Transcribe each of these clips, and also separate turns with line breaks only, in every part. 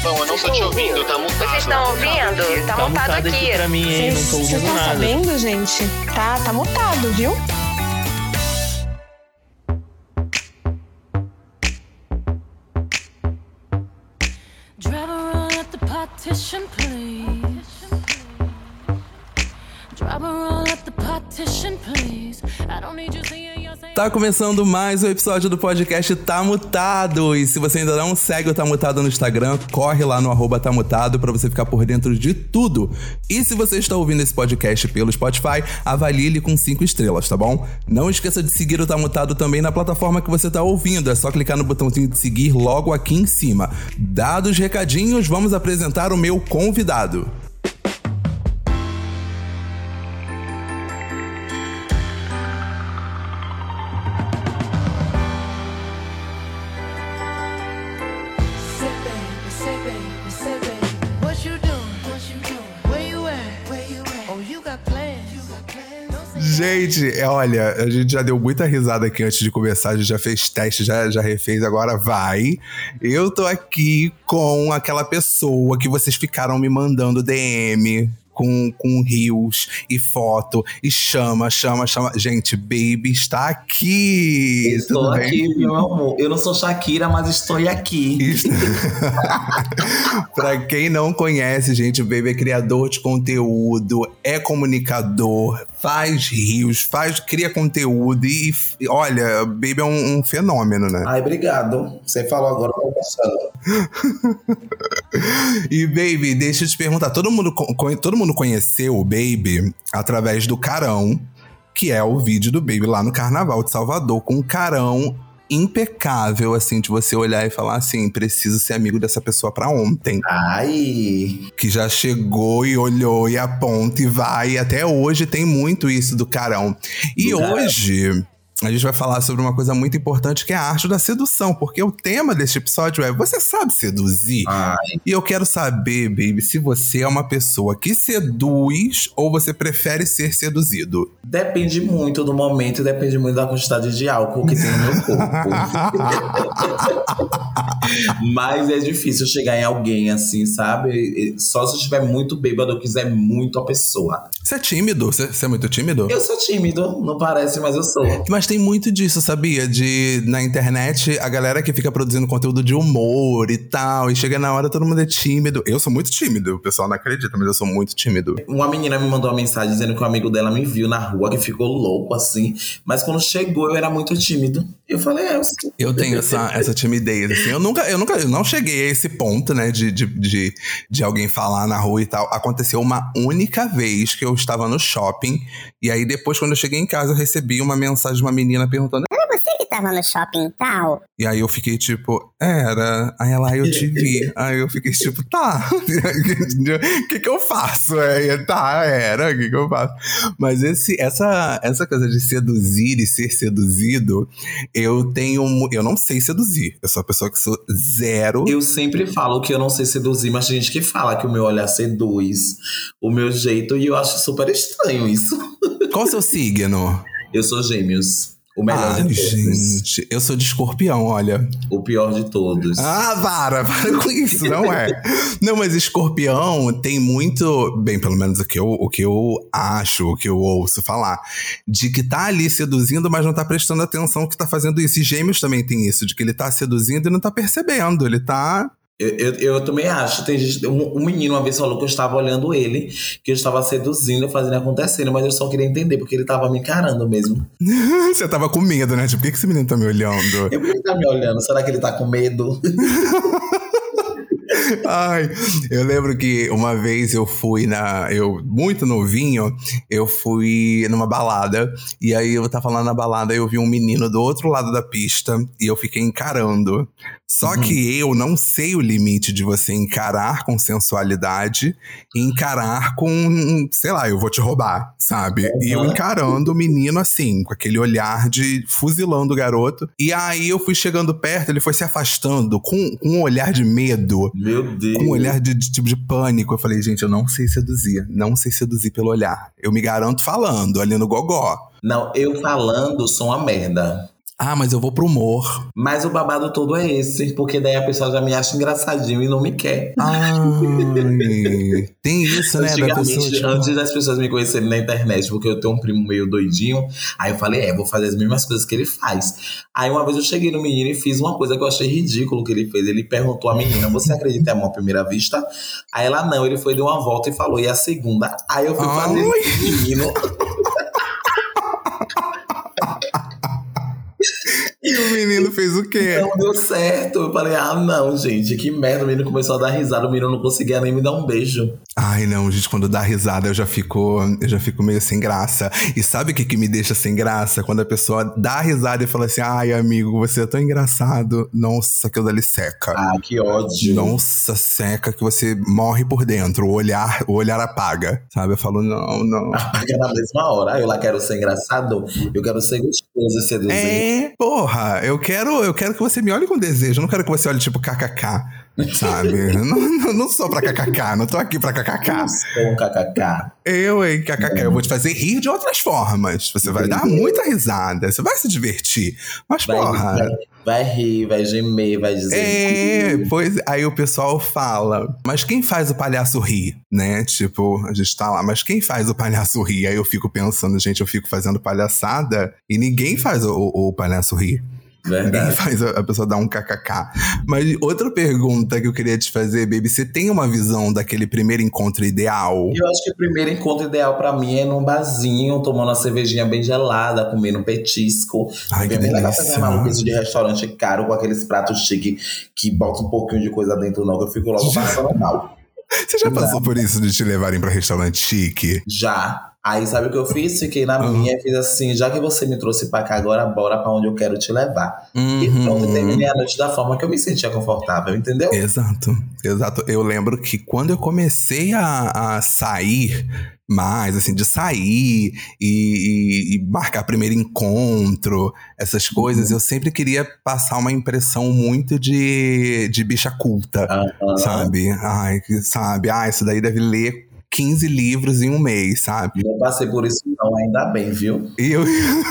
Bom, eu não tô te ouvindo, tá mutado.
Vocês estão ouvindo? Tá mutado aqui.
Pra mim, hein? Não tô ouvindo
Vocês estão
nada.
sabendo, gente? Tá mutado, viu?
Drive around at the partition, please. Drive around at the partition, please. I don't need you seeing your say.
Tá começando mais um episódio do podcast Tá Mutado. E se você ainda não segue o Tá Mutado no Instagram, corre lá no @tamutado pra você ficar por dentro de tudo. E se você está ouvindo esse podcast pelo Spotify, avalie ele com 5 estrelas, tá bom? Não esqueça de seguir o Tá Mutado também na plataforma que você tá ouvindo. É só clicar no botãozinho de seguir logo aqui em cima. Dados os recadinhos, vamos apresentar o meu convidado. Gente, olha, a gente já deu muita risada aqui antes de começar, a gente já fez teste, já refez, agora vai. Eu tô aqui com aquela pessoa que vocês ficaram me mandando DM com rios e foto e chama. Gente, Baby está aqui.
Estou aqui, meu amor. Eu não sou Shakira, mas estou aqui.
Pra quem não conhece, gente, o Baby é criador de conteúdo, é comunicador, faz rios, cria conteúdo e olha, Baby é um fenômeno, né?
Ai, obrigado. Você falou agora, eu tô pensando.
E Baby, deixa eu te perguntar, todo mundo conheceu o Baby através do Carão, que é o vídeo do Baby lá no Carnaval de Salvador, com um carão impecável, assim, de você olhar e falar assim, preciso ser amigo dessa pessoa pra ontem.
Ai!
Que já chegou e olhou e aponta e vai. E até hoje tem muito isso do Carão. E
do
hoje a gente vai falar sobre uma coisa muito importante, que é a arte da sedução. Porque o tema deste episódio é: você sabe seduzir?
Ai.
E eu quero saber, Baby, se você é uma pessoa que seduz ou você prefere ser seduzido.
Depende muito do momento e depende muito da quantidade de álcool que tem no meu corpo. Mas é difícil chegar em alguém assim, sabe? Só se eu estiver muito bêbado ou quiser muito a pessoa.
Você é tímido? Você é muito tímido?
Eu sou tímido, não parece, mas eu sou.
Mas tem muito disso, sabia? Na internet, a galera que fica produzindo conteúdo de humor e tal, e chega na hora, todo mundo é tímido. Eu sou muito tímido, o pessoal não acredita, mas eu sou muito tímido.
Uma menina me mandou uma mensagem dizendo que o amigo dela me viu na rua, que ficou louco, assim. Mas quando chegou, eu era muito tímido. Eu falei,
eu tenho essa timidez, assim. Eu não cheguei a esse ponto, né, de alguém falar na rua e tal. Aconteceu uma única vez que eu estava no shopping, e aí depois, quando eu cheguei em casa, eu recebi uma mensagem de uma menina perguntando:
era você que tava no shopping e tal?
E aí eu fiquei tipo, era. Aí ela, eu te vi. Aí eu fiquei tipo, tá. O que eu faço? Era. O que eu faço? Mas essa coisa de seduzir e ser seduzido, eu não sei seduzir. Eu sou a pessoa que sou zero.
Eu sempre falo que eu não sei seduzir, mas tem gente que fala que o meu olhar seduz o meu jeito, e eu acho super estranho isso.
Qual o seu signo?
Eu sou Gêmeos. O melhor de todos.
Gente, eu sou de Escorpião, olha.
O pior de todos.
Para com isso, não é? Não, mas Escorpião tem muito, bem, pelo menos o que eu acho, o que eu ouço falar, de que tá ali seduzindo, mas não tá prestando atenção que tá fazendo isso. E Gêmeos também tem isso, de que ele tá seduzindo e não tá percebendo, ele tá...
Eu também acho. Tem gente, um menino uma vez falou que eu estava olhando ele, que eu estava seduzindo, fazendo acontecendo, mas eu só queria entender, porque ele estava me encarando mesmo.
Você tava com medo, né? Tipo, por que esse menino tá me olhando?
Por que ele tá me olhando? Será que ele tá com medo?
Ai, eu lembro que uma vez eu fui muito novinho, eu fui numa balada, e aí eu tava lá na balada, eu vi um menino do outro lado da pista, e eu fiquei encarando. Só que eu não sei o limite de você encarar com sensualidade e encarar com, sei lá, eu vou te roubar, sabe? E eu encarando o menino assim, com aquele olhar de fuzilando o garoto. E aí eu fui chegando perto, ele foi se afastando com um olhar de medo.
Meu Deus.
Com um olhar de tipo de pânico. Eu falei, gente, eu não sei seduzir. Não sei seduzir pelo olhar. Eu me garanto falando, ali no gogó.
Não, eu falando sou uma merda.
Ah, mas eu vou pro humor.
Mas o babado todo é esse, porque daí a pessoa já me acha engraçadinho e não me quer.
Ai, tem isso, né? Da pessoa, tipo...
Antes das pessoas me conhecerem na internet, porque eu tenho um primo meio doidinho, aí eu falei, vou fazer as mesmas coisas que ele faz. Aí uma vez eu cheguei no menino e fiz uma coisa que eu achei ridículo que ele fez. Ele perguntou à menina, você acredita em amor à primeira vista? Aí ela não, ele foi, deu uma volta e falou, e a segunda? Aí eu fui fazer esse menino...
E o menino fez o quê?
Não deu certo. Eu falei, não, gente, que merda. O menino começou a dar risada, o menino não conseguia nem me dar um beijo.
Ai, não, gente, quando dá risada eu já fico meio sem graça. E sabe o que me deixa sem graça? Quando a pessoa dá risada e fala assim, ai, amigo, você é tão engraçado. Nossa, aquilo dali seca.
Ah, que ódio.
Nossa, seca que você morre por dentro. O olhar apaga, sabe? Eu falo, não.
Apaga na mesma hora. Eu lá quero ser engraçado, eu quero ser gostoso e seduzente.
Porra, eu quero que você me olhe com desejo. Eu não quero que você olhe tipo kkk, sabe? não sou pra kkk, não tô aqui pra kkk.
Sou um kkk.
Hein, kkk. Eu vou te fazer rir de outras formas. Você vai dar muita risada, você vai se divertir. Mas, porra...
Vai rir, vai gemer, vai dizer...
Pois aí o pessoal fala, mas quem faz o palhaço rir, né? Tipo, a gente tá lá, mas quem faz o palhaço rir? Aí eu fico pensando, gente, eu fico fazendo palhaçada e ninguém faz o palhaço rir.
Verdade.
Ninguém faz a pessoa dar um kkk. Mas outra pergunta que eu queria te fazer, baby, você tem uma visão daquele primeiro encontro ideal?
Eu acho que o primeiro encontro ideal pra mim é num barzinho, tomando uma cervejinha bem gelada, comendo um petisco.
Ai, que delícia.
Fazer maluquice de restaurante caro com aqueles pratos chiques que botam um pouquinho de coisa dentro, não, que eu fico logo passando mal.
Você já passou por isso de te levarem pra restaurante chique?
Já. Aí sabe o que eu fiz? Fiquei na minha e fiz assim, já que você me trouxe pra cá agora, bora pra onde eu quero te levar. E pronto, terminei a noite da forma que eu me sentia confortável, entendeu?
Exato. Eu lembro que quando eu comecei a sair mais, assim, de sair e marcar primeiro encontro, essas coisas, eu sempre queria passar uma impressão muito de bicha culta, sabe? Isso daí deve ler 15 livros em um mês, sabe?
Não passei por isso não, ainda bem, viu?
E eu...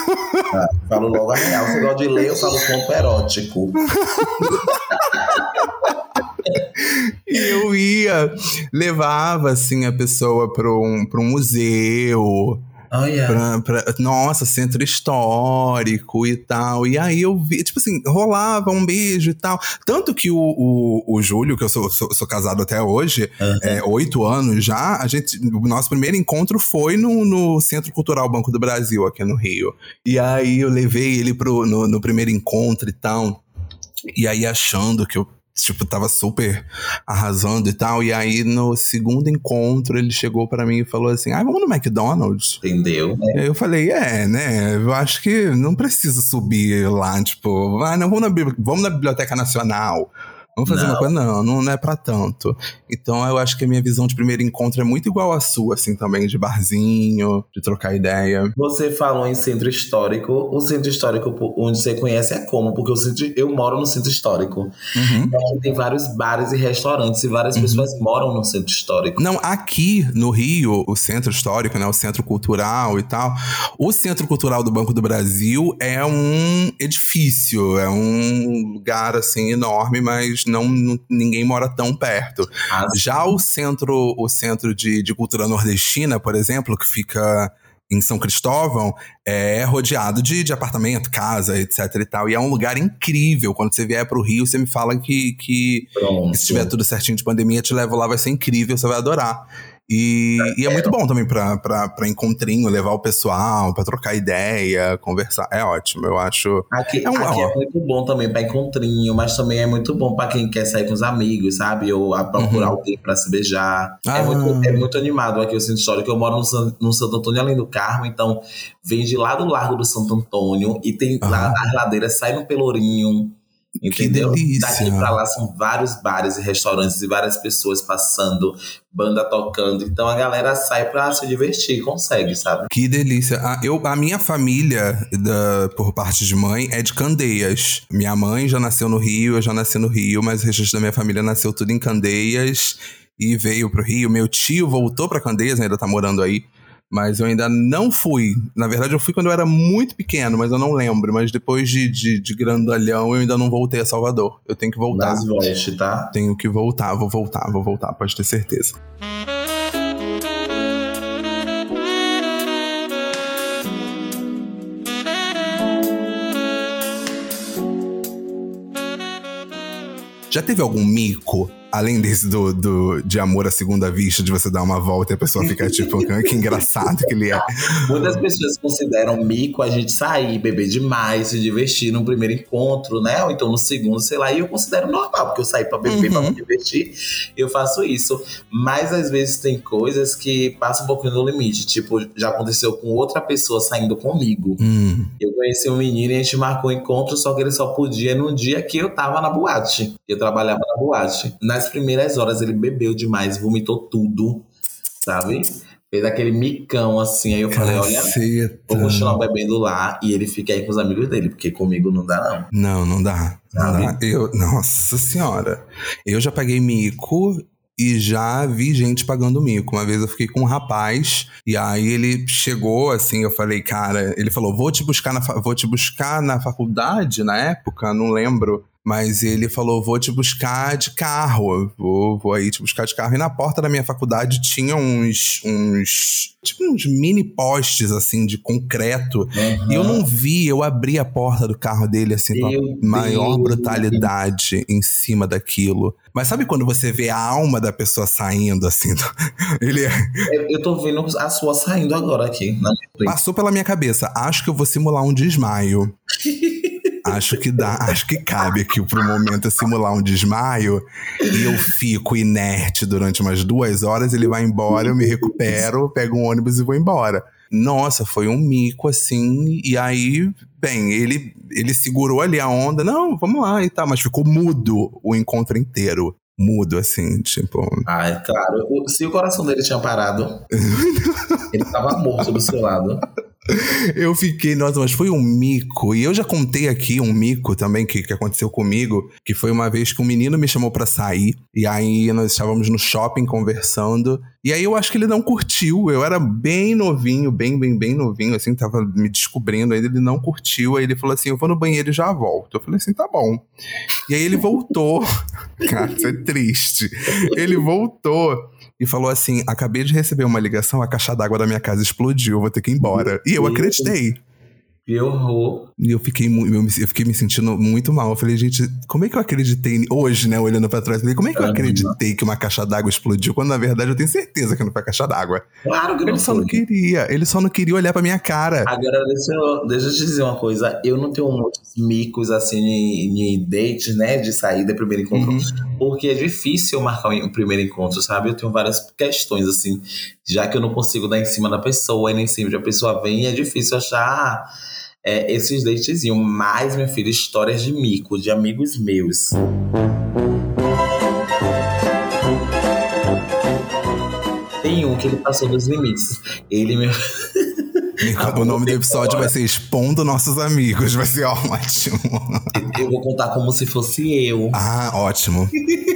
Falo logo a real. Se eu gosto de ler, eu falo ponto erótico.
E eu levava, assim, a pessoa pra um museu... Nossa, centro histórico e tal. E aí eu vi, tipo assim, rolava um beijo e tal. Tanto que o Júlio, que eu sou casado até hoje, 8 anos já, o nosso primeiro encontro foi no Centro Cultural Banco do Brasil, aqui no Rio. E aí eu levei ele no primeiro encontro e tal. E aí achando que eu tava super arrasando e tal. E aí, no segundo encontro, ele chegou pra mim e falou assim, vamos no McDonald's?
Entendeu?
E aí eu falei, né? Eu acho que não precisa subir lá, tipo... não, vamos na Biblioteca Nacional. Vamos fazer uma coisa? Não é pra tanto. Então eu acho que a minha visão de primeiro encontro é muito igual à sua, assim, também, de barzinho, de trocar ideia.
Você falou em centro histórico. O centro histórico onde você conhece é como? Porque eu moro no centro histórico. Então, tem vários bares e restaurantes e várias pessoas moram no centro histórico.
Não, aqui no Rio, o centro histórico, né, o centro cultural e tal, o Centro Cultural do Banco do Brasil é um edifício, é um lugar, assim, enorme, mas ninguém mora tão perto. Já o centro de cultura nordestina, por exemplo, que fica em São Cristóvão, é rodeado de apartamento, casa, etc e tal. E é um lugar incrível. Quando você vier pro Rio, você me fala que se tiver tudo certinho de pandemia, te levo lá, vai ser incrível, você vai adorar. E é muito bom também pra encontrinho, levar o pessoal, pra trocar ideia, conversar. É ótimo, eu acho.
Aqui é muito bom também pra encontrinho, mas também é muito bom pra quem quer sair com os amigos, sabe? Ou a procurar alguém pra se beijar. É muito animado aqui o Centro Histórico. Eu moro no Santo Antônio, além do Carmo, então vem de lá do Largo do Santo Antônio e tem lá as ladeiras, sai no Pelourinho. Entendeu?
Que delícia.
Daqui pra lá são vários bares e restaurantes e várias pessoas passando, banda tocando. Então a galera sai pra se divertir, consegue, sabe?
Que delícia. A minha família, por parte de mãe, é de Candeias. Minha mãe já nasceu no Rio, eu já nasci no Rio, mas o restante da minha família nasceu tudo em Candeias e veio pro Rio. Meu tio voltou pra Candeias, ainda tá morando aí. Mas eu ainda não fui. Na verdade, eu fui quando eu era muito pequeno, mas eu não lembro. Mas depois de grandalhão, eu ainda não voltei a Salvador. Eu tenho que voltar.
Mas volte, tá?
Tenho que voltar, vou voltar, pode ter certeza. Já teve algum mico, além desse de amor à segunda vista, de você dar uma volta e a pessoa ficar tipo, que engraçado que ele é?
Muitas pessoas consideram mico a gente sair, beber demais, se divertir no primeiro encontro, né? Ou então no segundo, sei lá. E eu considero normal, porque eu saí pra beber, pra me divertir. Eu faço isso. Mas às vezes tem coisas que passam um pouquinho do limite. Tipo, já aconteceu com outra pessoa saindo comigo. Eu conheci um menino e a gente marcou um encontro, só que ele só podia no dia que eu tava na boate. Eu trabalhava na boate. Nas primeiras horas ele bebeu demais, vomitou tudo, sabe? Fez aquele micão assim. Aí eu falei, olha, vou continuar bebendo lá e ele fica aí com os amigos dele, porque comigo não dá, não.
Não dá. Nossa senhora. Eu já paguei mico e já vi gente pagando mico. Uma vez eu fiquei com um rapaz e aí ele chegou assim, eu falei, cara, ele falou, vou te buscar na faculdade na época, não lembro. Mas ele falou, vou te buscar de carro. Vou aí te buscar de carro. E na porta da minha faculdade tinha uns mini postes, assim, de concreto. E eu não vi, eu abri a porta do carro dele, assim, com a maior brutalidade em cima daquilo. Mas sabe quando você vê a alma da pessoa saindo, assim?
Eu tô vendo a sua saindo agora aqui.
Passou pela minha cabeça. Acho que eu vou simular um desmaio. Acho que cabe aqui pro momento simular um desmaio e eu fico inerte durante umas 2 horas, ele vai embora, eu me recupero, pego um ônibus e vou embora. Nossa, foi um mico assim, e aí, bem, ele segurou ali a onda, não, vamos lá e tal, mas ficou mudo o encontro inteiro. Mudo, assim, tipo...
Ai, claro, se o coração dele tinha parado, ele tava morto do seu lado.
Eu fiquei, nossa, mas foi um mico. E eu já contei aqui um mico também que aconteceu comigo, que foi uma vez que um menino me chamou pra sair. E aí nós estávamos no shopping conversando. E aí eu acho que ele não curtiu. Eu era bem novinho, bem novinho, assim, tava me descobrindo ainda. Ele não curtiu. Aí ele falou assim, eu vou no banheiro e já volto. Eu falei assim, tá bom. E aí ele voltou. Cara, isso é triste. Ele voltou e falou assim, acabei de receber uma ligação, a caixa d'água da minha casa explodiu, eu vou ter que ir embora. E eu acreditei.
Que horror.
E eu fiquei me sentindo muito mal. Eu falei, gente, como é que eu acreditei hoje, né, olhando pra trás? Eu falei, como é que eu acreditei que uma caixa d'água explodiu? Quando na verdade eu tenho certeza que não foi a caixa d'água.
Claro que não foi.
Ele só não queria olhar pra minha cara.
Agora, deixa eu te dizer uma coisa. Eu não tenho muitos micos assim de dates, né? De saída, primeiro encontro. Porque é difícil eu marcar um primeiro encontro, sabe? Eu tenho várias questões, assim. Já que eu não consigo dar em cima da pessoa e nem sempre a pessoa vem, é difícil achar esses datezinhos. Mas, minha filha, histórias de mico, de amigos meus. Tem um que ele passou dos limites. Ele me...
O nome do episódio vai ser Expondo Nossos Amigos. Vai ser ótimo.
Eu vou contar como se fosse eu.
Ah, ótimo.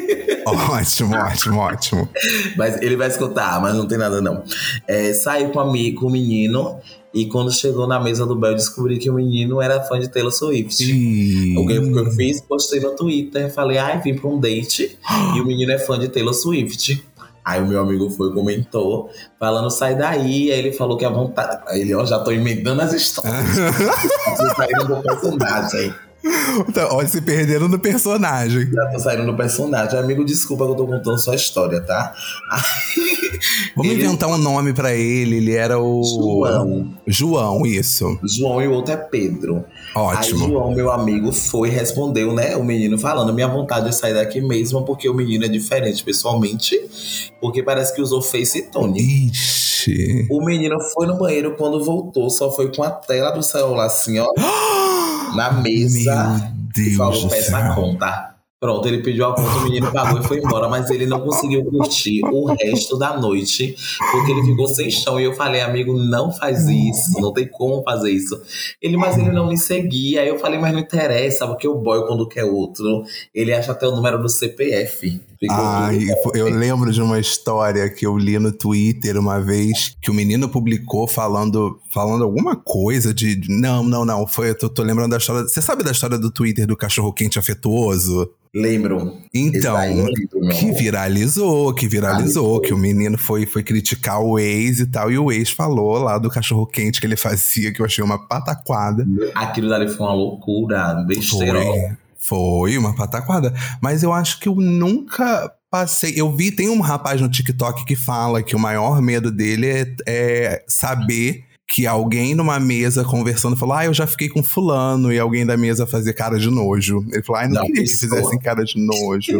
Ótimo.
Mas ele vai escutar, mas não tem nada não. Saí com o menino. E quando chegou na mesa do Bel, descobri que o menino era fã de Taylor Swift. O que eu fiz, postei no Twitter. Falei, vim pra um date. E o menino é fã de Taylor Swift. Aí o meu amigo foi e comentou, falando, sai daí. Aí ele falou que a vontade... Aí ele, já tô emendando as histórias. Tô saindo do personagem.
Então, olha, se perdendo no personagem.
Já tô saindo do personagem. Amigo, desculpa que eu tô contando sua história, tá?
Vamos inventar um nome pra ele. Ele era o... João, isso.
João e o outro é Pedro.
Ótimo.
Aí João, meu amigo, foi e respondeu, né? O menino falando, minha vontade é sair daqui mesmo, porque o menino é diferente pessoalmente, porque parece que usou FaceTune.
Ixi.
O menino foi no banheiro, quando voltou, só foi com a tela do celular assim, ó. Na mesa.
Meu Deus,
e falou, peça a conta. Pronto, ele pediu a conta, o menino pagou e foi embora. Mas ele não conseguiu curtir o resto da noite, porque ele ficou sem chão. E eu falei, amigo, não faz isso, não tem como fazer isso. Mas ele não me seguia. Aí eu falei, mas não interessa, porque o boy, quando quer outro, ele acha até o número do CPF. Ficou
Eu lembro de uma história que eu li no Twitter uma vez, que o menino publicou falando alguma coisa de... Não. Eu tô lembrando da história... Você sabe da história do Twitter do cachorro-quente afetuoso?
Lembro.
Então, que viralizou, que o menino foi criticar o ex e tal, e o ex falou lá do cachorro-quente que ele fazia, que eu achei uma pataquada.
Aquilo dali foi uma loucura, besteira.
Foi uma pataquada. Mas eu acho que eu nunca passei... tem um rapaz no TikTok que fala que o maior medo dele é saber que alguém numa mesa conversando falou: eu já fiquei com fulano, e alguém da mesa fazer cara de nojo. Ele falou: não queria que fizessem cara de nojo.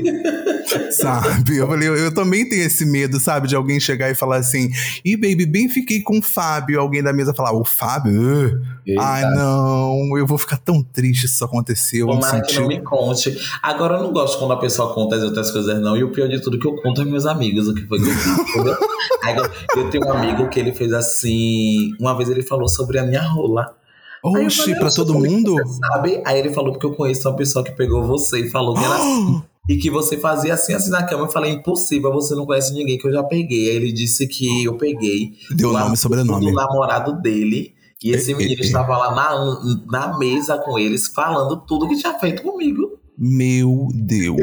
Sabe? Eu falei, eu também tenho esse medo, sabe? De alguém chegar e falar assim: baby, bem fiquei com o Fábio. E alguém da mesa falar: o Fábio? Ai, não, eu vou ficar tão triste se isso aconteceu.
Tomara que não me conte. Agora, eu não gosto quando a pessoa conta as outras coisas, não. E o pior de tudo que eu conto é meus amigos, o que foi que eu fiz, entendeu? Eu tenho um amigo que ele fez assim... Uma vez ele falou sobre a minha rola.
Oxi, pra todo mundo?
Sabe? Aí ele falou, porque eu conheço uma pessoa que pegou você e falou que era assim. E que você fazia assim na cama. Eu falei: impossível, você não conhece ninguém que eu já peguei. Aí ele disse que eu peguei.
Deu nome e sobrenome.
Do namorado dele. E esse menino estava lá na mesa com eles, falando tudo que tinha feito comigo.
Meu Deus.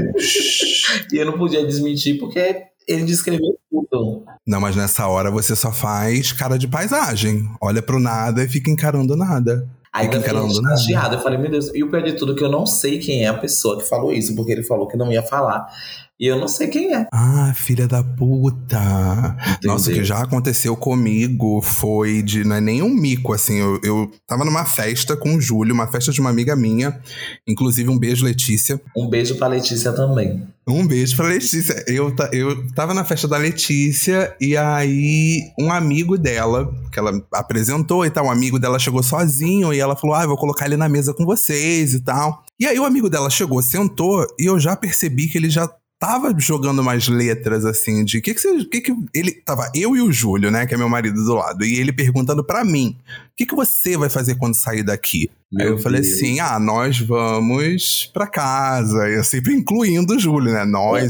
E eu não podia desmentir, porque ele descreveu tudo.
Não, mas nessa hora você só faz cara de paisagem. Olha pro nada e fica encarando nada.
Ainda fiquei chateado. Eu falei: meu Deus. E o pior de tudo é que eu não sei quem é a pessoa que falou isso, porque ele falou que não ia falar. E eu não sei quem é.
Filha da puta. Entendeu? Nossa, o que já aconteceu comigo foi não é nem um mico, assim. Eu tava numa festa com o Júlio, uma festa de uma amiga minha. Inclusive, um beijo, Letícia.
Um beijo pra Letícia também.
Um beijo pra Letícia. Eu tava na festa da Letícia, e aí um amigo dela, que ela apresentou e tal, um amigo dela chegou sozinho, e ela falou: vou colocar ele na mesa com vocês e tal. E aí o amigo dela chegou, sentou, e eu já percebi que ele já tava jogando umas letras, assim, de que ele tava, eu e o Júlio, né, que é meu marido do lado, e ele perguntando pra mim: o que você vai fazer quando sair daqui? Aí eu falei assim: nós vamos pra casa. Eu sempre incluindo o Júlio, né? Nós.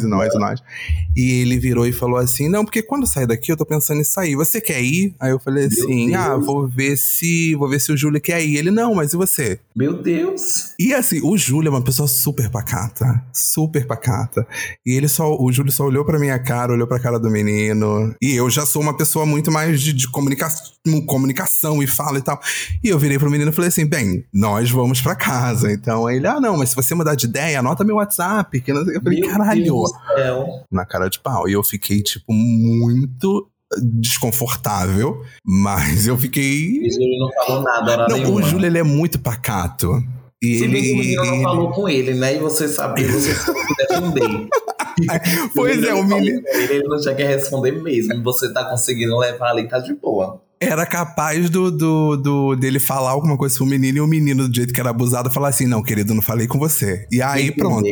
E ele virou e falou assim: não, porque quando eu sair daqui eu tô pensando em sair. Você quer ir? Aí eu falei assim: vou ver se o Júlio quer ir. Ele: não, mas e você?
Meu Deus.
E assim, o Júlio é uma pessoa super pacata. Super pacata. E o Júlio só olhou pra minha cara, olhou pra cara do menino. E eu já sou uma pessoa muito mais de comunicação e fala e tal. E eu virei pro menino e falei assim: bem, nós vamos pra casa. Então ele: não, mas se você mudar de ideia, anota meu WhatsApp. Que não sei. Eu falei: caralho. Na cara de pau. E eu fiquei, tipo, muito desconfortável. Mas eu fiquei...
O Júlio não falou nada,
o Júlio, ele é muito pacato. E
o menino não falou com ele, né? E você sabe, você se defender.
Pois é, o menino...
Ele não tinha que responder mesmo. Você tá conseguindo levar ali, tá de boa.
Era capaz dele falar alguma coisa pro menino, e o menino, do jeito que era abusado, falar assim: não, querido, não falei com você. E aí, pronto.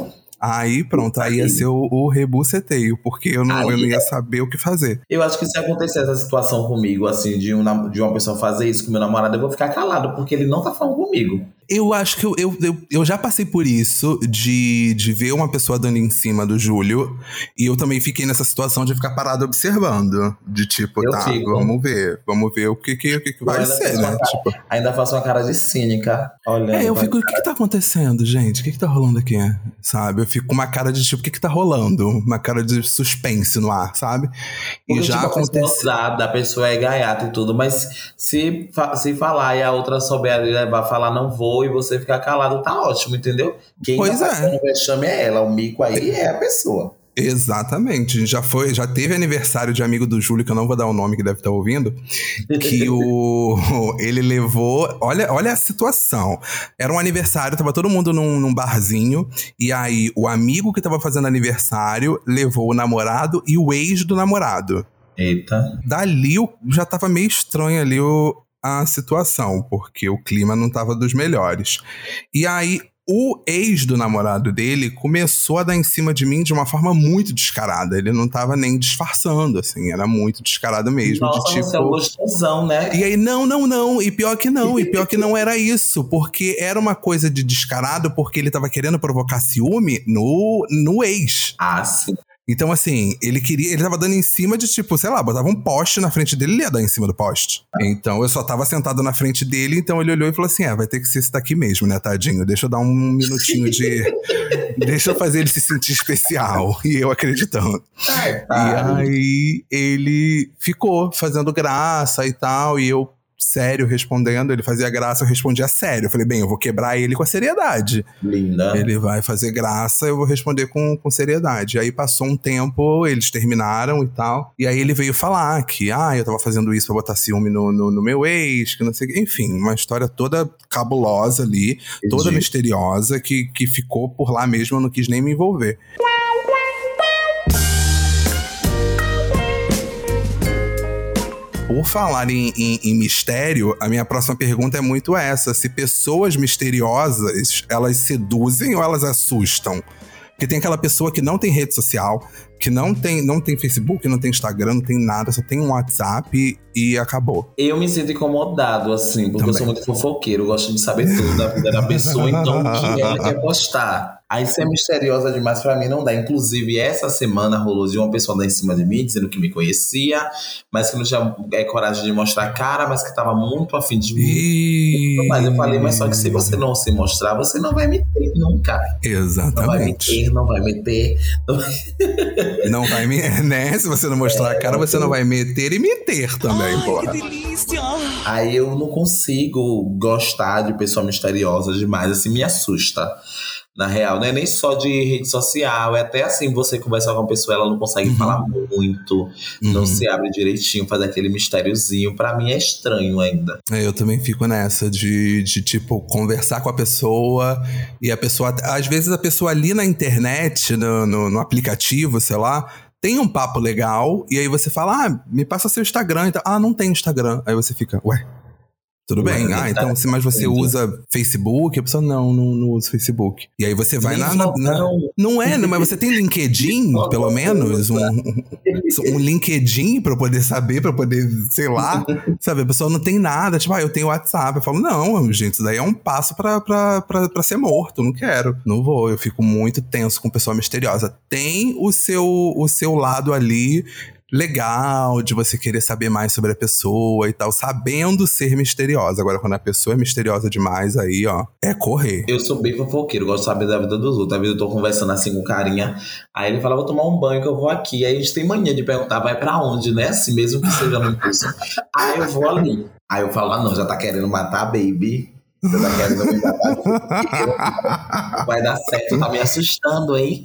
Aí ia ser o rebuceteio, porque eu não ia saber o que fazer.
Eu acho que se acontecer essa situação comigo, assim, de uma pessoa fazer isso com meu namorado, eu vou ficar calado, porque ele não tá falando comigo.
Eu acho que eu já passei por isso, de ver uma pessoa dando em cima do Júlio, e eu também fiquei nessa situação de ficar parado observando. De tipo, vamos ver o que vai ser, né?
Ainda faço uma cara de cínica. Olha.
Eu fico: o que tá acontecendo, gente? O que tá rolando aqui? Sabe? Eu fico com uma cara de tipo: o que tá rolando? Uma cara de suspense no ar, sabe?
Porque,
e já aconteceu.
A pessoa é gaiata e tudo, mas se falar e a outra souber levar, falar não vou, e você ficar calado, tá ótimo, entendeu? Quem tá fazendo o vexame é ela, o mico aí é a pessoa.
Exatamente, já teve aniversário de amigo do Júlio, que eu não vou dar o nome, que deve estar ouvindo, que ele levou, olha a situação, era um aniversário, tava todo mundo num barzinho, e aí o amigo que tava fazendo aniversário levou o namorado e o ex do namorado.
Eita.
Dali já tava meio estranho ali a situação, porque o clima não tava dos melhores. E aí O ex do namorado dele começou a dar em cima de mim de uma forma muito descarada. Ele não tava nem disfarçando, assim. Era muito descarado mesmo.
Nossa,
de tipo...
você é um gostosão, né?
E aí, não. E pior que não. E pior que não era isso. Porque era uma coisa de descarado porque ele tava querendo provocar ciúme no ex.
Ah, sim.
Então, assim, ele tava dando em cima de, tipo, sei lá, botava um poste na frente dele, ele ia dar em cima do poste. Então, eu só tava sentado na frente dele, então ele olhou e falou assim, vai ter que ser esse daqui mesmo, né, tadinho? Deixa eu dar um minutinho de... deixa eu fazer ele se sentir especial. E eu acreditando. E aí, ele ficou fazendo graça e tal, e eu... sério, respondendo, ele fazia graça, eu respondia sério. Eu falei, bem, eu vou quebrar ele com a seriedade.
Linda.
Ele vai fazer graça, eu vou responder com seriedade. Aí passou um tempo, eles terminaram e tal. E aí ele veio falar que, eu tava fazendo isso pra botar ciúme no meu ex, que não sei o que. Enfim, uma história toda cabulosa ali,
Entendi.
toda misteriosa, que ficou por lá mesmo, eu não quis nem me envolver. Por falar em mistério, a minha próxima pergunta é muito essa. Se pessoas misteriosas, elas seduzem ou elas assustam? Porque tem aquela pessoa que não tem rede social, que não tem Facebook, não tem Instagram, não tem nada, só tem um WhatsApp e acabou.
Eu me sinto incomodado, assim, porque eu sou muito fofoqueiro, eu gosto de saber tudo da vida da pessoa, então o que ela quer postar. Aí se é misteriosa demais pra mim, não dá. Inclusive, essa semana rolou de uma pessoa dar em cima de mim, dizendo que me conhecia, mas que não tinha coragem de mostrar a cara, mas que tava muito afim de mim. Mas eu falei, mas só que se você não se mostrar, você não vai me ter nunca.
Exatamente.
Não vai me ter.
Não vai me... né? Se você não mostrar a cara, você não vai meter e meter também, porra.
Que delícia!
Aí eu não consigo gostar de pessoa misteriosa demais, assim, me assusta. Na real, não é nem só de rede social, é até assim, você conversar com uma pessoa, ela não consegue falar muito, não se abre direitinho, faz aquele mistériozinho. Pra mim é estranho ainda.
Eu também fico nessa de tipo, conversar com a pessoa e a pessoa... Às vezes a pessoa ali na internet, no aplicativo, sei lá, tem um papo legal e aí você fala, me passa seu Instagram. Então, não tem Instagram. Aí você fica, ué... Tudo bem. Então, mas você usa Facebook? A pessoa, não usa Facebook. E aí você vai Não é, mas você tem LinkedIn, pelo menos? Um LinkedIn pra eu poder saber, pra eu poder, sei lá. Sabe, a pessoa não tem nada. Tipo, eu tenho WhatsApp. Eu falo, não, gente, isso daí é um passo pra ser morto. Não quero. Não vou. Eu fico muito tenso com pessoa misteriosa. Tem o seu lado ali... legal, de você querer saber mais sobre a pessoa e tal, sabendo ser misteriosa. Agora, quando a pessoa é misteriosa demais, aí, ó, é correr.
Eu sou bem fofoqueiro, gosto de saber da vida dos outros. Às vezes eu tô conversando assim com o carinha, aí ele fala, vou tomar um banho que eu vou aqui. Aí a gente tem mania de perguntar, vai pra onde, né? Assim, mesmo que seja no impulso. Aí eu vou ali. Aí eu falo, não, já tá querendo matar, baby. Já tá querendo me matar. Vai dar certo, tá me assustando, hein?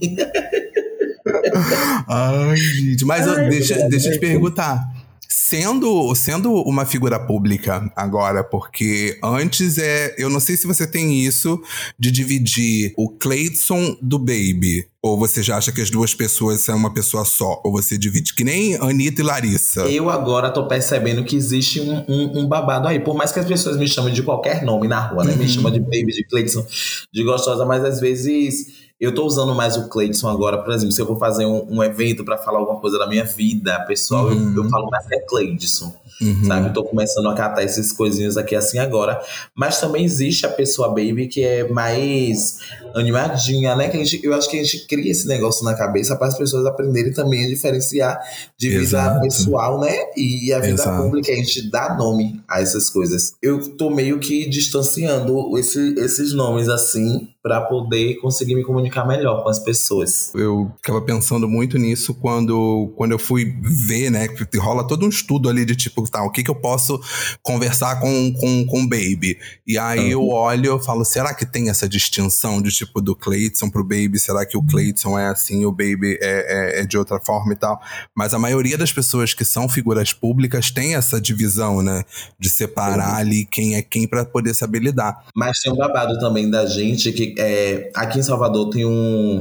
Ai, gente. Mas deixa eu te perguntar. Sendo uma figura pública agora, porque antes eu não sei se você tem isso de dividir o Cleidson do Baby. Ou você já acha que as duas pessoas são uma pessoa só? Ou você divide que nem Anitta e Larissa?
Eu agora tô percebendo que existe um babado aí. Por mais que as pessoas me chamem de qualquer nome na rua, né? Me chamam de Baby, de Cleidson, de gostosa, mas às vezes... Eu tô usando mais o Cleidson agora, por exemplo, se eu vou fazer um evento pra falar alguma coisa da minha vida pessoal, eu falo mais que é Cleidson, sabe? Eu tô começando a catar essas coisinhas aqui assim agora. Mas também existe a pessoa Baby que é mais animadinha, né? Eu acho que a gente cria esse negócio na cabeça para as pessoas aprenderem também a diferenciar de vida pessoal, né? E a vida pública, a gente dá nome a essas coisas. Eu tô meio que distanciando esses nomes assim, pra poder conseguir me comunicar melhor com as pessoas.
Eu ficava pensando muito nisso quando eu fui ver, né? Que rola todo um estudo ali de tipo, o que eu posso conversar com o Baby. E aí eu olho e falo, será que tem essa distinção de tipo do Cleidson pro Baby? Será que o Cleidson é assim e o Baby é de outra forma e tal? Mas a maioria das pessoas que são figuras públicas tem essa divisão, né? De separar ali quem é quem pra poder saber lidar.
Mas tem um babado também da gente que aqui em Salvador tem um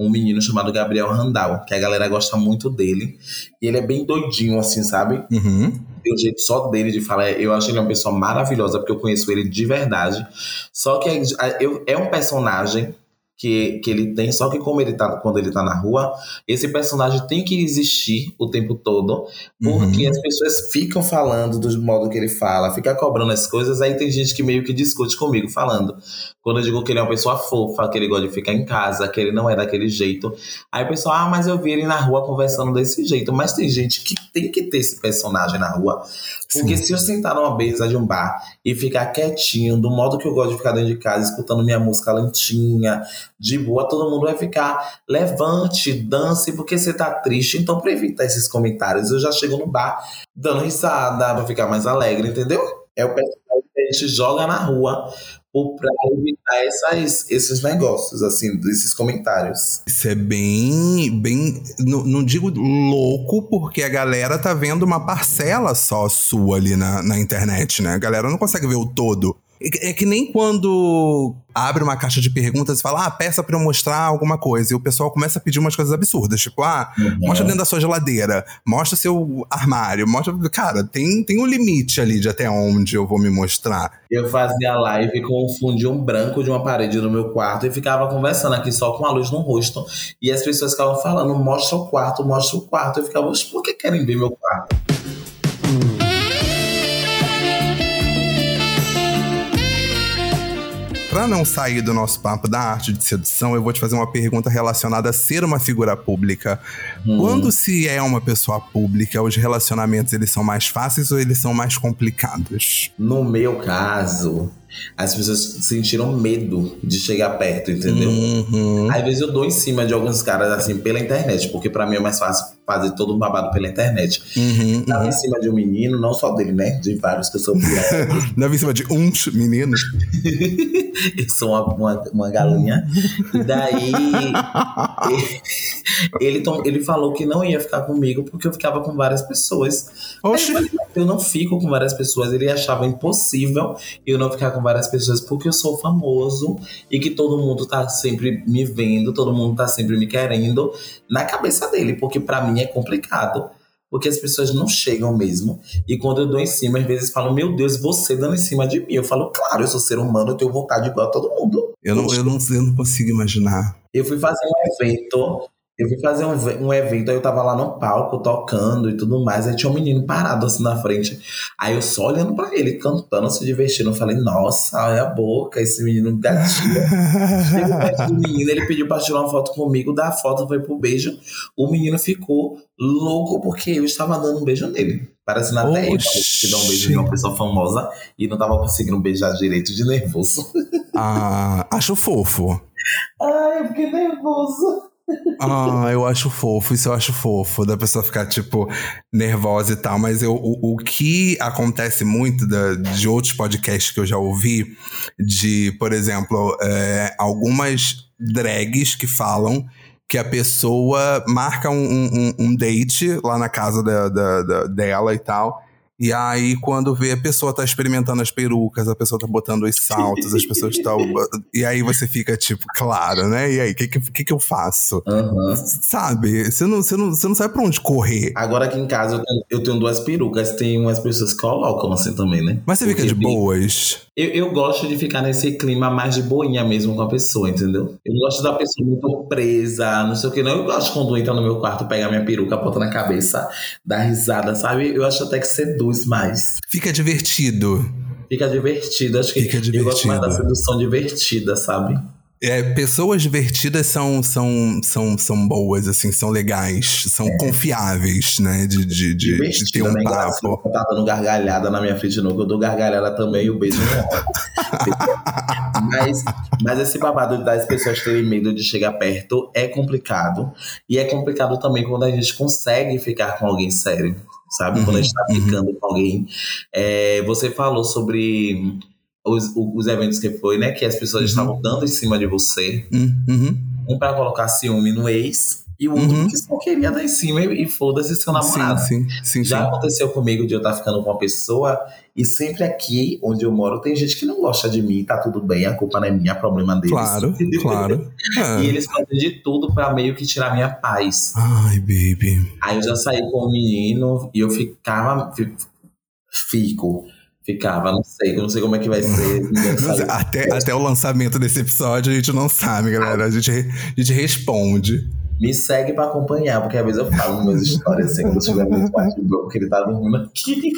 um menino chamado Gabriel Randall, que a galera gosta muito dele. E ele é bem doidinho, assim, sabe? Tem um jeito só dele de falar. Eu acho ele uma pessoa maravilhosa, porque eu conheço ele de verdade. Só que é um personagem que ele tem, só que quando ele tá na rua, esse personagem tem que existir o tempo todo, porque as pessoas ficam falando do modo que ele fala, fica cobrando as coisas, aí tem gente que meio que discute comigo, falando. Quando eu digo que ele é uma pessoa fofa, que ele gosta de ficar em casa, que ele não é daquele jeito. Aí o pessoal, mas eu vi ele na rua conversando desse jeito. Mas tem gente que tem que ter esse personagem na rua. Porque se eu sentar numa mesa de um bar e ficar quietinho, do modo que eu gosto de ficar dentro de casa, escutando minha música lentinha, de boa, todo mundo vai ficar, levante, dance, porque você tá triste. Então, pra evitar esses comentários, eu já chego no bar dando risada, pra ficar mais alegre, entendeu? É o personagem que a gente joga na rua pra evitar esses negócios, assim, desses comentários.
Isso é bem, não digo louco, porque a galera tá vendo uma parcela só sua ali na internet, né? A galera não consegue ver o todo. É que nem quando abre uma caixa de perguntas e fala, peça pra eu mostrar alguma coisa. E o pessoal começa a pedir umas coisas absurdas. Tipo, mostra dentro da sua geladeira. Mostra seu armário. Mostra... Cara, tem um limite ali de até onde eu vou me mostrar.
Eu fazia live com um fundinho branco de uma parede no meu quarto e ficava conversando aqui só com a luz no rosto. E as pessoas ficavam falando, mostra o quarto, mostra o quarto. Eu ficava, por que querem ver meu quarto?
Pra não sair do nosso papo da arte de sedução, eu vou te fazer uma pergunta relacionada a ser uma figura pública. Quando se é uma pessoa pública, os relacionamentos, eles são mais fáceis ou eles são mais complicados?
No meu caso, as pessoas sentiram medo de chegar perto, entendeu? Às vezes eu dou em cima de alguns caras, assim, pela internet, porque pra mim é mais fácil fazer todo um babado pela internet. Tava em cima de um menino, não só dele, né? De vários que eu sou
Tava em cima de uns meninos?
Eu sou uma galinha. E daí ele falou que não ia ficar comigo porque eu ficava com várias pessoas.
Oxi.
Aí eu não fico com várias pessoas. Ele achava impossível eu não ficar com várias pessoas porque eu sou famoso e que todo mundo tá sempre me vendo, todo mundo tá sempre me querendo, na cabeça dele, porque pra mim é complicado. Porque as pessoas não chegam mesmo. E quando eu dou em cima, às vezes falam, meu Deus, você dando em cima de mim. Eu falo, claro, eu sou ser humano, eu tenho vontade igual a todo mundo.
Eu não consigo imaginar.
Eu fui fazer um evento, aí eu tava lá no palco, tocando e tudo mais. Aí tinha um menino parado assim na frente. Aí eu só olhando pra ele, cantando, se divertindo. Eu falei, nossa, olha a boca, esse menino gatinho. Chegou perto do menino, ele pediu pra tirar uma foto comigo. Da foto foi pro beijo. O menino ficou louco porque eu estava dando um beijo nele. Parecendo até ele que dá um beijo em uma pessoa famosa e não tava conseguindo beijar direito de nervoso.
Acho fofo.
Ai, eu fiquei nervoso.
Eu acho fofo, isso eu acho fofo, da pessoa ficar, tipo, nervosa e tal. Mas o que acontece muito de outros podcasts que eu já ouvi, de, por exemplo, algumas drags que falam que a pessoa marca um date lá na casa dela e tal. E aí, quando vê, a pessoa tá experimentando as perucas, a pessoa tá botando os saltos, as pessoas estão... E aí você fica tipo, claro, né? E aí, o que eu faço? Sabe? Você não sabe pra onde correr.
Agora aqui em casa eu tenho 2 perucas, tem umas pessoas que colocam assim também, né?
Mas você fica de boas?
Eu gosto de ficar nesse clima mais de boinha mesmo com a pessoa, entendeu? Eu não gosto da pessoa muito presa, não sei o que não. Eu gosto quando entra no meu quarto, pega minha peruca, bota na cabeça, dá risada, sabe? Eu acho até que seduz mais.
Fica divertido.
Fica divertido. Acho que eu gosto mais da sedução divertida, sabe?
Pessoas divertidas são boas, assim, são legais, são confiáveis, né? De ter um papo.
Eu tá dando gargalhada na minha frente, não, que eu dou gargalhada também e o beijo não rola. Mas esse babado das pessoas terem medo de chegar perto é complicado. E é complicado também quando a gente consegue ficar com alguém sério, sabe? Quando a gente tá ficando com alguém. Você falou sobre os eventos que foi, né? Que as pessoas estavam dando em cima de você. Um pra colocar ciúme no ex E o outro que só queria dar em cima e foda-se seu namorado.
Sim.
Já aconteceu comigo de eu estar ficando com uma pessoa e sempre aqui onde eu moro tem gente que não gosta de mim, tá tudo bem, a culpa não é minha, é problema deles.
Claro.
E eles fazem de tudo pra meio que tirar minha paz.
Ai, baby.
Aí eu já saí com o menino e eu ficava, não sei como é que vai ser.
Até o lançamento desse episódio a gente não sabe, galera. A gente responde.
Me segue pra acompanhar, porque às vezes eu falo minhas histórias assim, quando eu estiver muito mais de boa, porque ele tá dormindo aqui.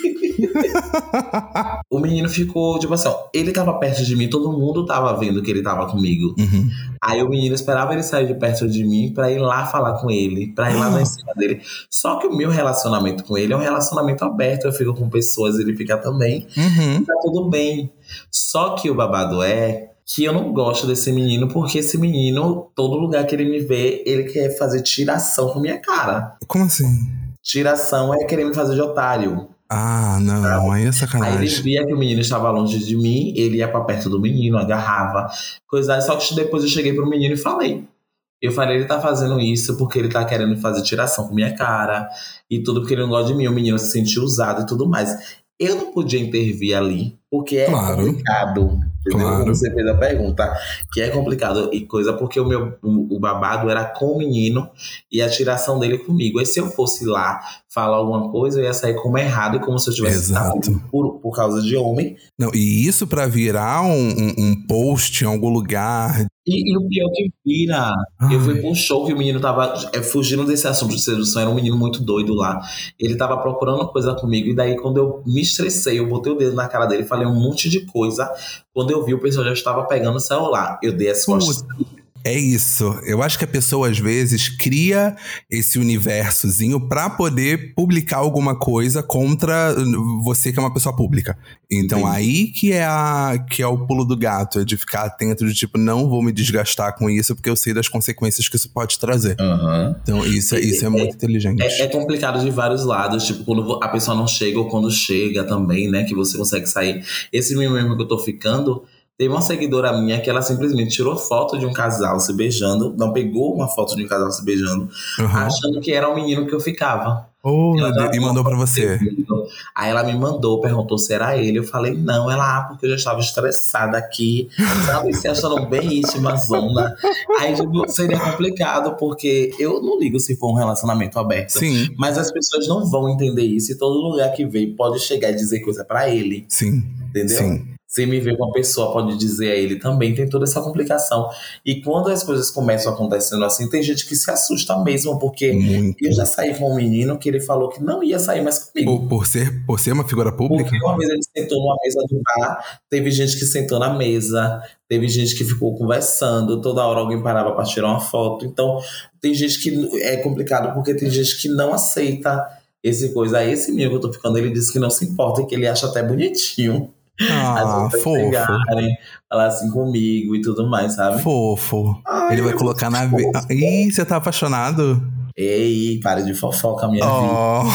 O menino ficou, tipo assim, ó, ele tava perto de mim, todo mundo tava vendo que ele tava comigo. Aí o menino esperava ele sair de perto de mim pra ir lá falar com ele, pra ir lá em cima dele. Só que o meu relacionamento com ele é um relacionamento aberto, eu fico com pessoas, ele fica também. E tá tudo bem. Só que o babado é que eu não gosto desse menino, porque esse menino, todo lugar que ele me vê, ele quer fazer tiração com minha cara.
Como assim?
Tiração é querer me fazer de otário.
Ah, não, aí é sacanagem.
Aí ele via que o menino estava longe de mim, ele ia pra perto do menino, agarrava, coisa. Só que depois eu cheguei pro menino e falei. Eu falei, ele tá fazendo isso porque ele tá querendo fazer tiração com minha cara e tudo porque ele não gosta de mim. O menino se sentiu usado e tudo mais. Eu não podia intervir ali, porque é complicado. Claro. Você fez a pergunta, que é complicado e coisa, porque o babado era com o menino e a tiração dele comigo. Aí se eu fosse lá falar alguma coisa, eu ia sair como errado, como se eu tivesse saído por causa de homem.
Não, e isso pra virar um post em algum lugar.
E o pior que vira, eu fui pra um show que o menino tava fugindo desse assunto de sedução, era um menino muito doido lá. Ele tava procurando coisa comigo, e daí quando eu me estressei, eu botei o dedo na cara dele, falei um monte de coisa. Quando eu vi, o pessoal já estava pegando o celular. Eu dei as costas.
É isso. Eu acho que a pessoa, às vezes, cria esse universozinho pra poder publicar alguma coisa contra você, que é uma pessoa pública. Então, aí que é o pulo do gato. É de ficar atento, de tipo, não vou me desgastar com isso, porque eu sei das consequências que isso pode trazer. Então, isso é muito inteligente.
É complicado de vários lados. Tipo, quando a pessoa não chega, ou quando chega também, né? Que você consegue sair. Esse mesmo que eu tô ficando... Tem uma seguidora minha que ela simplesmente tirou foto de um casal se beijando. Não, pegou uma foto de um casal se beijando, achando que era o menino que eu ficava.
E mandou pra você.
Aí ela me mandou, perguntou se era ele. Eu falei, não, porque eu já estava estressada aqui. Sabe, se achando bem íntima, zona. Aí tipo, seria complicado, porque eu não ligo se for um relacionamento aberto.
Sim.
Mas as pessoas não vão entender isso. E todo lugar que vem pode chegar e dizer coisa pra ele.
Sim.
Entendeu?
Sim.
Se me ver com uma pessoa, pode dizer a ele também, tem toda essa complicação. E quando as coisas começam acontecendo assim, tem gente que se assusta mesmo, porque eu já saí com um menino que ele falou que não ia sair mais comigo.
Por ser uma figura pública?
Porque uma vez ele sentou numa mesa do bar, teve gente que sentou na mesa, teve gente que ficou conversando, toda hora alguém parava para tirar uma foto. Então, tem gente que é complicado, porque tem gente que não aceita esse coisa. Aí esse menino que eu tô ficando, ele disse que não se importa e que ele acha até bonitinho.
Fofo.
Chegarem, falar assim comigo e tudo mais, sabe?
Fofo. Ele vai colocar na... Ih, você tá apaixonado?
Ei, pare de fofoca, minha vida.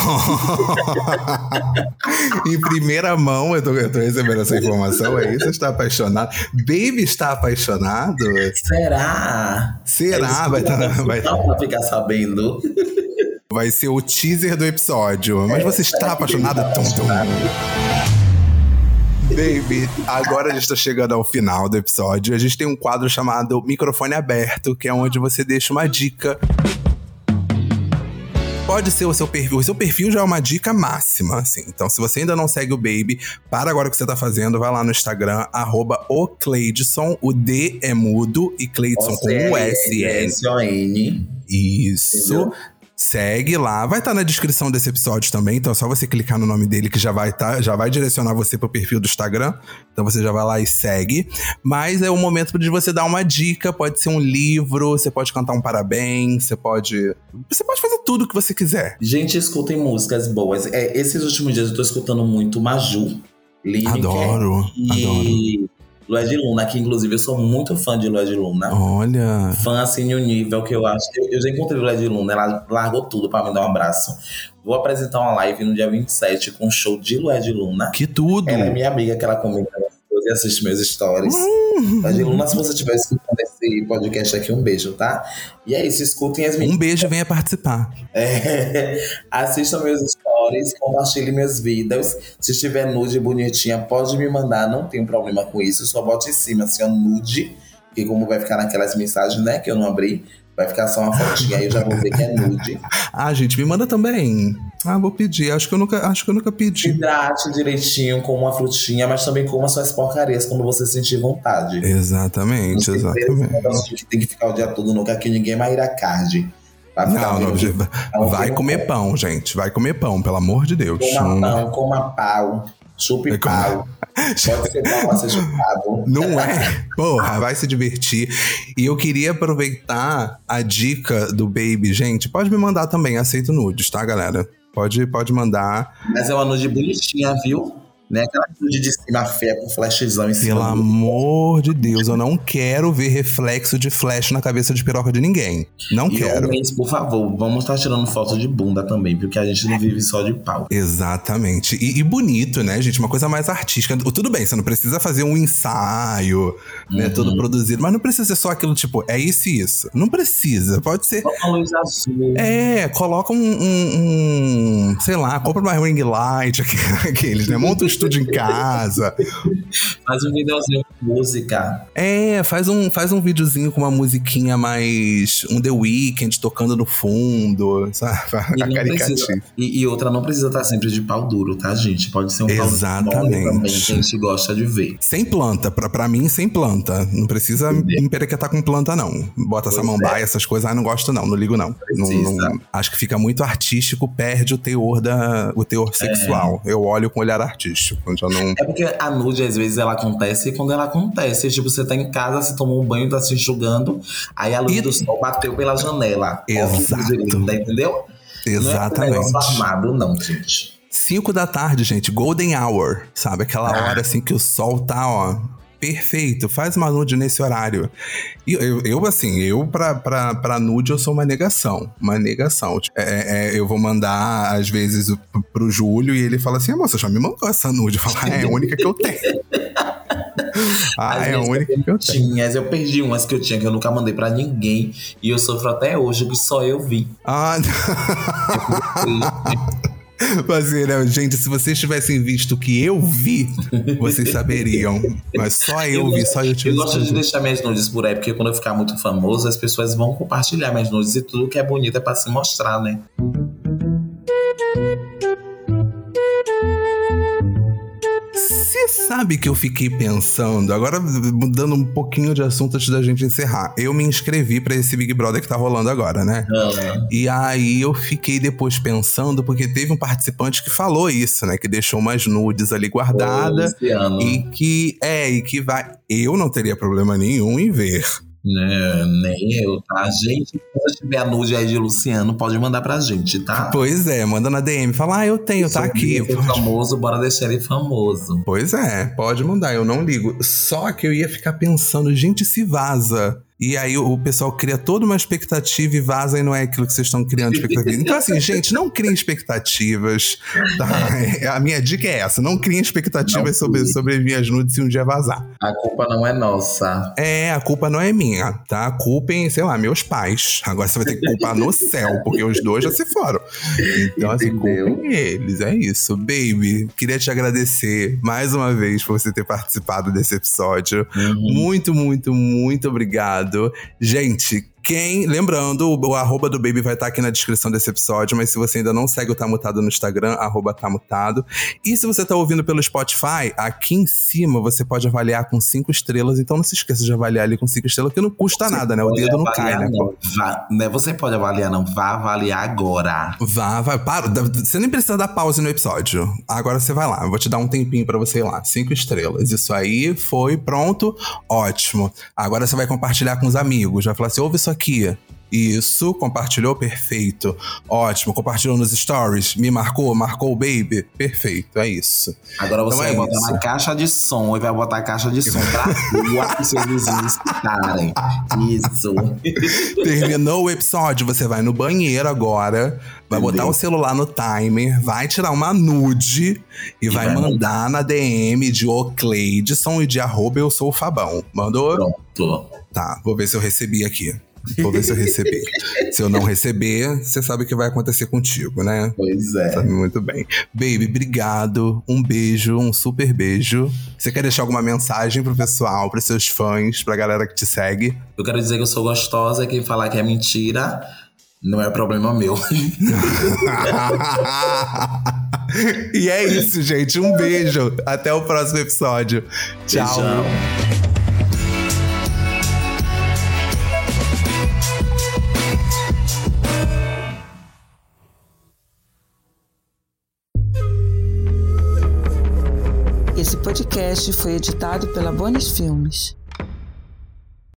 Em primeira mão, eu tô recebendo essa informação. É isso? Você está apaixonado? Baby está apaixonado?
Será?
Vai
pra ficar sabendo.
Vai ser o teaser do episódio. Mas você está apaixonada? Baby, agora a gente tá chegando ao final do episódio. A gente tem um quadro chamado Microfone Aberto, que é onde você deixa uma dica. Pode ser o seu perfil. O seu perfil já é uma dica máxima, assim. Então, se você ainda não segue o Baby, para agora o que você tá fazendo, vai lá no Instagram, @ocleidson, o D é mudo, e Cleidson com o S-N. Isso. Entendeu? Segue lá, vai estar na descrição desse episódio também, então é só você clicar no nome dele que já vai direcionar você pro perfil do Instagram, então você já vai lá e segue. Mas é o momento de você dar uma dica, pode ser um livro, você pode cantar um parabéns, você pode fazer tudo o que você quiser.
Gente, escutem músicas boas. Esses últimos dias eu tô escutando muito Maju, Lineker
adoro.
Lued Luna, que inclusive eu sou muito fã de Lued Luna.
Olha.
Fã assim no nível que eu acho. Eu já encontrei Lued Luna, ela largou tudo pra me dar um abraço. Vou apresentar uma live no dia 27 com um show de Lued Luna.
Que tudo!
Ela é minha amiga, que ela comenta e assiste meus stories. Lued Luna, se você estiver escutando esse esse podcast aqui, um beijo, tá? E é isso, escutem as minhas...
Um beijo e venha participar.
Assistam meus stories, compartilhem meus vídeos. Se estiver nude bonitinha, pode me mandar, não tem problema com isso. Só bote em cima, assim, ó, nude. Porque como vai ficar naquelas mensagens, né, que eu não abri, vai ficar só uma fotinha, aí eu já vou ver que é nude.
Gente, me manda também. Vou pedir. Acho que eu nunca pedi.
Hidrate direitinho com uma frutinha, mas também coma suas porcarias quando você sentir vontade.
Exatamente.
Que tem que ficar o dia todo no que ninguém vai ir a card.
Vai comer pão, gente. Vai comer pão, pelo amor de Deus.
Coma pão, coma pau. Chupe pau. Pode ser pau a ser chupado.
Não é? Porra, vai se divertir. E eu queria aproveitar a dica do Baby. Gente, pode me mandar também. Aceito nudes, tá, galera? Pode mandar.
Mas é uma nude bonitinha, viu? Né? Aquela nude de cima feia com flashzão em cima.
Pelo amor de Deus, eu não quero ver reflexo de flash na cabeça de piroca de ninguém. Não quero.
Homens, por favor, vamos estar tirando foto de bunda também, porque a gente não vive só de pau.
Exatamente. E bonito, né, gente? Uma coisa mais artística. Tudo bem, você não precisa fazer um ensaio, né? Todo produzido. Mas não precisa ser só aquilo, tipo, é isso e isso. Não precisa. Pode ser...
Coloca uma luz azul.
Coloca sei lá, compra uma ring light, aqueles, né? Monta um estúdio em casa.
Faz um videozinho com música.
Faz um videozinho com uma musiquinha mais... Um The Weeknd tocando no fundo, sabe?
E outra, não precisa estar sempre de pau duro, tá, gente? Pode ser um pau
Exatamente.
Também, que a gente gosta de ver.
Sem planta, pra mim, sem planta. Não precisa emperequetar com planta, não. Bota samambaia, essas coisas. Não gosto, não ligo, não. Não. Acho que fica muito artístico, perde o teor sexual. Eu olho com olhar artístico. Já não...
É porque a nude, às vezes, ela acontece, e quando ela acontece, tipo, você tá em casa, você tomou um banho, tá se enxugando, aí a luz do sol bateu pela janela.
Exato.
Entendeu?
Exatamente.
Não é um negócio armado, não, gente.
5 da tarde, gente, golden hour, sabe? Aquela hora, assim, que o sol tá, ó... Perfeito, faz uma nude nesse horário. E eu pra nude, eu sou uma negação. Uma negação. Eu vou mandar, às vezes, pro Júlio e ele fala assim: moça, já me mandou essa nude. Eu falo, é a única que eu tenho. É a única que eu tenho.
Eu perdi umas que eu tinha, que eu nunca mandei pra ninguém. E eu sofro até hoje, que só eu vi.
Mas, né, gente, se vocês tivessem visto o que eu vi, vocês saberiam. Mas só eu vi, só eu tive.
Eu gosto de deixar minhas nudes por aí, porque quando eu ficar muito famoso, as pessoas vão compartilhar minhas nudes e tudo que é bonito é pra se mostrar, né?
Você sabe que eu fiquei pensando, agora mudando um pouquinho de assunto antes da gente encerrar. Eu me inscrevi pra esse Big Brother que tá rolando agora, né? E aí eu fiquei depois pensando, porque teve um participante que falou isso, né? Que deixou umas nudes ali guardadas. E que vai... Eu não teria problema nenhum em ver.
Nem eu, tá? Gente, se tiver a nude aí de Luciano, pode mandar pra gente, tá?
Pois é, manda na DM. Fala, eu tenho, tá aqui.
Famoso, bora deixar ele famoso.
Pois é, pode mandar, eu não ligo. Só que eu ia ficar pensando, gente, se vaza. E aí o pessoal cria toda uma expectativa e vaza e não é aquilo que vocês estão criando expectativa. Então assim, gente, não criem expectativas, tá? A minha dica é essa, não criem expectativas sobre minhas nudes se um dia vazar.
A culpa não é nossa.
A culpa não é minha, tá? Culpem, sei lá, meus pais. Agora você vai ter que culpar no céu, porque os dois já se foram. Então assim, culpem eles, é isso. Baby, queria te agradecer mais uma vez por você ter participado desse episódio. Muito, muito, muito obrigado. Gente, lembrando, o arroba do Baby vai estar aqui na descrição desse episódio, mas se você ainda não segue o Tá Mutado no Instagram, arroba Tá Mutado. E se você tá ouvindo pelo Spotify, aqui em cima você pode avaliar com 5 estrelas, então não se esqueça de avaliar ali com 5 estrelas, que não custa nada, né? O dedo não cai, né?
Você pode avaliar, não. Vá avaliar agora.
Vai. Para. Você nem precisa dar pause no episódio. Agora você vai lá. Eu vou te dar um tempinho pra você ir lá. 5 estrelas. Isso aí foi, pronto. Ótimo. Agora você vai compartilhar com os amigos. Vai falar assim, ouve isso aqui. Isso, compartilhou? Perfeito. Ótimo, compartilhou nos stories? Me marcou o baby? Perfeito, é isso.
Agora você
Então
vai botar na caixa de som e vai botar a caixa de som pra rua para os seus vizinhos escutarem. Isso.
Terminou o episódio, você vai no banheiro agora, vai botar o celular no timer, vai tirar uma nude e vai mandar na DM de Ocleidson e de @EuSouOFabão. Mandou?
Pronto.
Tá, vou ver se eu recebi aqui. Vou ver se eu recebi. Se eu não receber, você sabe o que vai acontecer contigo, né?
Pois é.
Sabe muito bem. Baby, obrigado. Um beijo, um super beijo. Você quer deixar alguma mensagem pro pessoal, pros seus fãs, pra galera que te segue?
Eu quero dizer que eu sou gostosa e quem falar que é mentira não é problema meu.
E é isso, gente. Um beijo. Até o próximo episódio. Tchau.
Beijão.
Esse podcast foi editado pela Bonis Filmes.